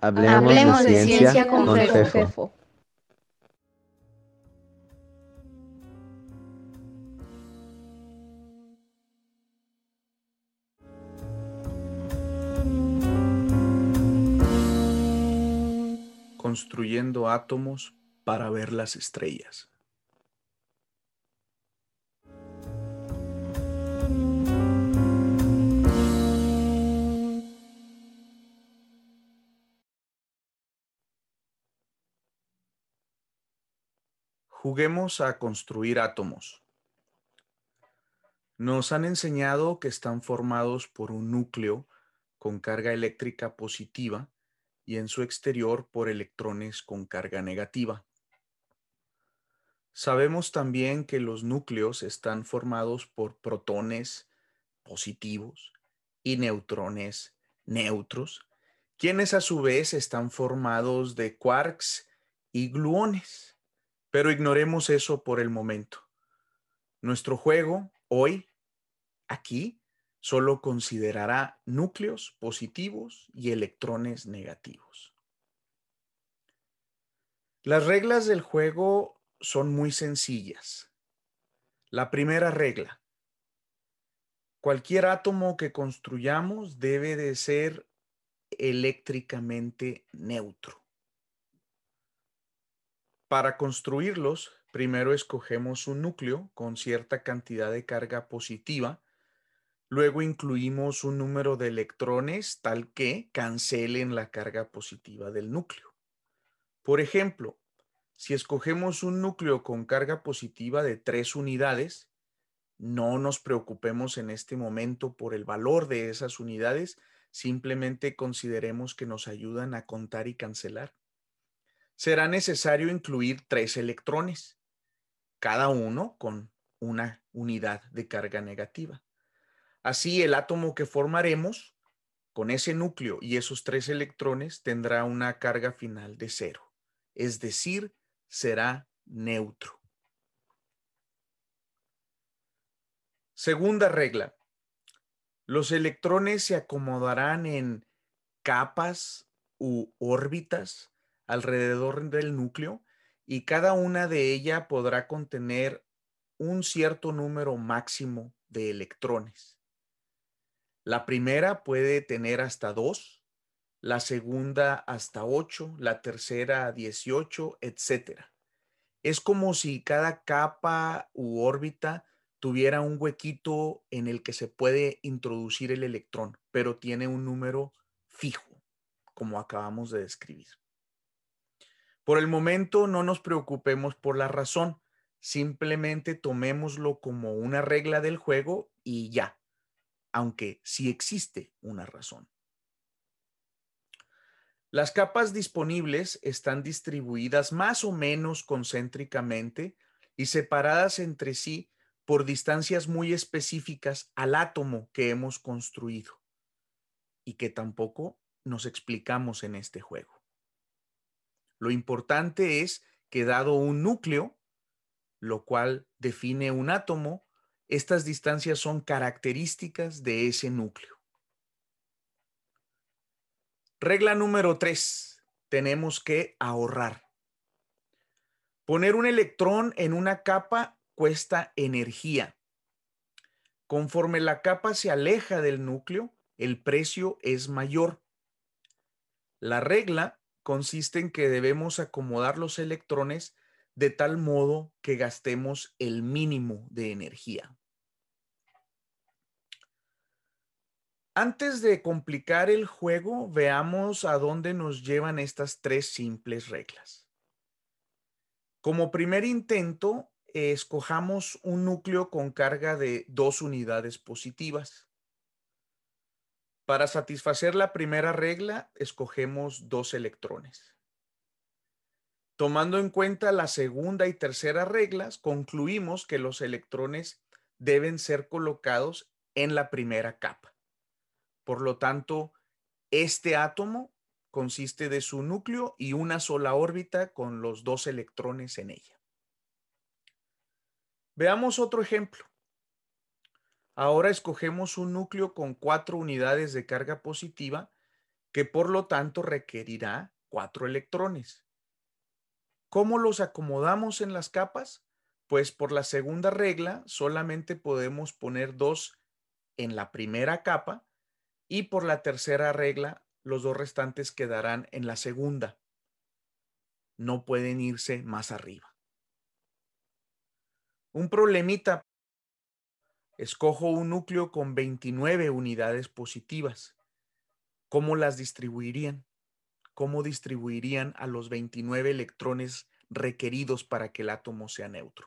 Hablemos de ciencia con Fefo. Fefo. Construyendo átomos para ver las estrellas. Juguemos a construir átomos. Nos han enseñado que están formados por un núcleo con carga eléctrica positiva y en su exterior por electrones con carga negativa. Sabemos también que los núcleos están formados por protones positivos y neutrones neutros, quienes a su vez están formados de quarks y gluones. Pero ignoremos eso por el momento. Nuestro juego hoy, aquí, solo considerará núcleos positivos y electrones negativos. Las reglas del juego son muy sencillas. La primera regla: cualquier átomo que construyamos debe de ser eléctricamente neutro. Para construirlos, primero escogemos un núcleo con cierta cantidad de carga positiva. Luego incluimos un número de electrones tal que cancelen la carga positiva del núcleo. Por ejemplo, si escogemos un núcleo con carga positiva de 3 unidades, no nos preocupemos en este momento por el valor de esas unidades, simplemente consideremos que nos ayudan a contar y cancelar. Será necesario incluir 3 electrones, cada uno con una unidad de carga negativa. Así, el átomo que formaremos con ese núcleo y esos 3 electrones tendrá una carga final de 0, es decir, será neutro. Segunda regla: los electrones se acomodarán en capas u órbitas alrededor del núcleo y cada una de ellas podrá contener un cierto número máximo de electrones. La primera puede tener hasta 2, la segunda hasta 8, la tercera 18, etcétera. Es como si cada capa u órbita tuviera un huequito en el que se puede introducir el electrón, pero tiene un número fijo, como acabamos de describir. Por el momento no nos preocupemos por la razón, simplemente tomémoslo como una regla del juego y ya, aunque sí existe una razón. Las capas disponibles están distribuidas más o menos concéntricamente y separadas entre sí por distancias muy específicas al átomo que hemos construido y que tampoco nos explicamos en este juego. Lo importante es que dado un núcleo, lo cual define un átomo, estas distancias son características de ese núcleo. Regla número 3. Tenemos que ahorrar. Poner un electrón en una capa cuesta energía. Conforme la capa se aleja del núcleo, el precio es mayor. La regla consiste en que debemos acomodar los electrones de tal modo que gastemos el mínimo de energía. Antes de complicar el juego, veamos a dónde nos llevan estas 3 simples reglas. Como primer intento, escojamos un núcleo con carga de 2 unidades positivas. Para satisfacer la primera regla, escogemos 2 electrones. Tomando en cuenta la segunda y tercera reglas, concluimos que los electrones deben ser colocados en la primera capa. Por lo tanto, este átomo consiste de su núcleo y una sola órbita con los 2 electrones en ella. Veamos otro ejemplo. Ahora escogemos un núcleo con 4 unidades de carga positiva que por lo tanto requerirá 4 electrones. ¿Cómo los acomodamos en las capas? Pues por la segunda regla solamente podemos poner 2 en la primera capa y por la tercera regla los 2 restantes quedarán en la segunda. No pueden irse más arriba. Un problemita. Escojo un núcleo con 29 unidades positivas. ¿Cómo las distribuirían? ¿Cómo distribuirían a los 29 electrones requeridos para que el átomo sea neutro?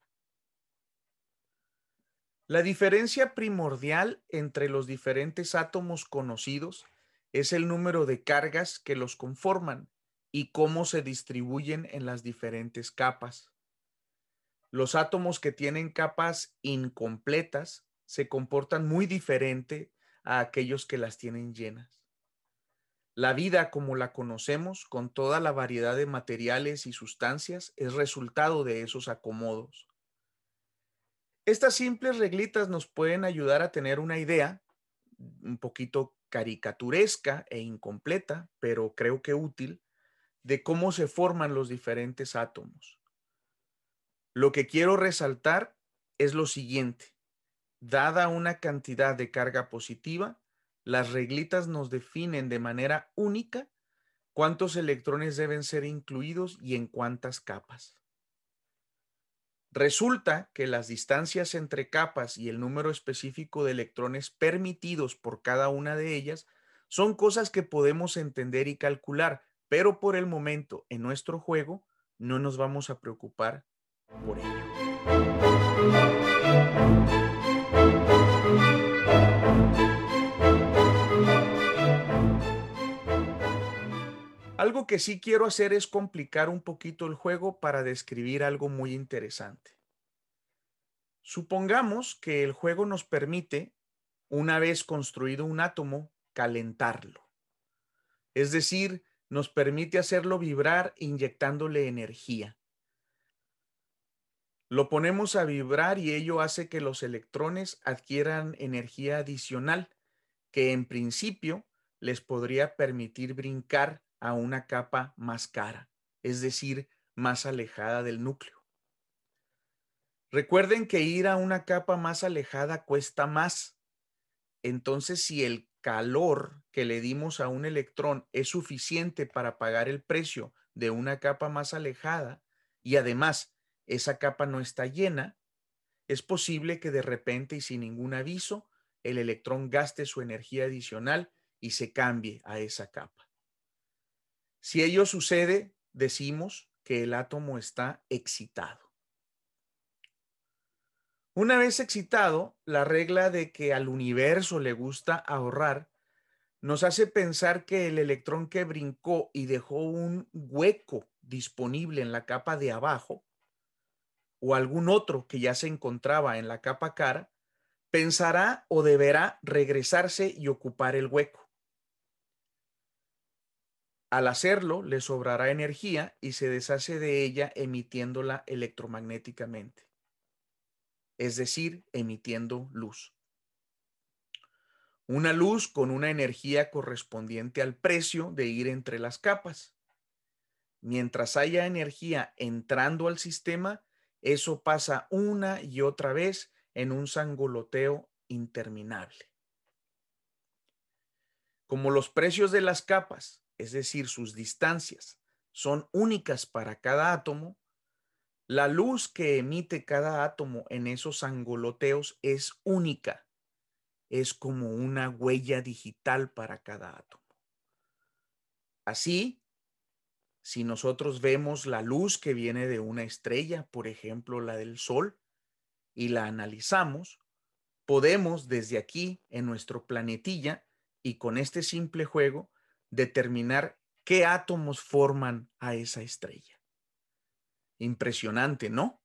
La diferencia primordial entre los diferentes átomos conocidos es el número de cargas que los conforman y cómo se distribuyen en las diferentes capas. Los átomos que tienen capas incompletas se comportan muy diferente a aquellos que las tienen llenas. La vida como la conocemos, con toda la variedad de materiales y sustancias, es resultado de esos acomodos. Estas simples reglitas nos pueden ayudar a tener una idea un poquito caricaturesca e incompleta, pero creo que útil, de cómo se forman los diferentes átomos. Lo que quiero resaltar es lo siguiente. Dada una cantidad de carga positiva, las reglitas nos definen de manera única cuántos electrones deben ser incluidos y en cuántas capas. Resulta que las distancias entre capas y el número específico de electrones permitidos por cada una de ellas son cosas que podemos entender y calcular, pero por el momento en nuestro juego no nos vamos a preocupar por ello. Algo que sí quiero hacer es complicar un poquito el juego para describir algo muy interesante. Supongamos que el juego nos permite, una vez construido un átomo, calentarlo. Es decir, nos permite hacerlo vibrar inyectándole energía. Lo ponemos a vibrar y ello hace que los electrones adquieran energía adicional, que en principio les podría permitir brincar a una capa más cara, es decir, más alejada del núcleo. Recuerden que ir a una capa más alejada cuesta más. Entonces, si el calor que le dimos a un electrón es suficiente para pagar el precio de una capa más alejada y además esa capa no está llena, es posible que de repente y sin ningún aviso el electrón gaste su energía adicional y se cambie a esa capa. Si ello sucede, decimos que el átomo está excitado. Una vez excitado, la regla de que al universo le gusta ahorrar nos hace pensar que el electrón que brincó y dejó un hueco disponible en la capa de abajo o algún otro que ya se encontraba en la capa cara, pensará o deberá regresarse y ocupar el hueco. Al hacerlo, le sobrará energía y se deshace de ella emitiéndola electromagnéticamente, es decir, emitiendo luz. Una luz con una energía correspondiente al precio de ir entre las capas. Mientras haya energía entrando al sistema, eso pasa una y otra vez en un sangoloteo interminable. Como los precios de las capas, es decir, sus distancias, son únicas para cada átomo, la luz que emite cada átomo en esos sangoloteos es única. Es como una huella digital para cada átomo. Así, si nosotros vemos la luz que viene de una estrella, por ejemplo la del Sol, y la analizamos, podemos desde aquí en nuestro planetilla y con este simple juego determinar qué átomos forman a esa estrella. Impresionante, ¿no?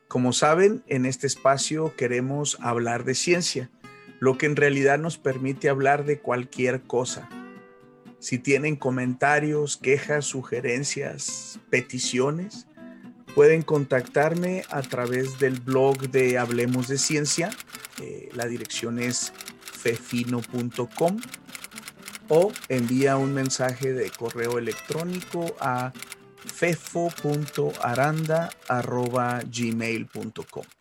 Como saben, en este espacio queremos hablar de ciencia, lo que en realidad nos permite hablar de cualquier cosa. Si tienen comentarios, quejas, sugerencias, peticiones, pueden contactarme a través del blog de Hablemos de Ciencia. La dirección es fefino.com, o envía un mensaje de correo electrónico a fefo.aranda@gmail.com.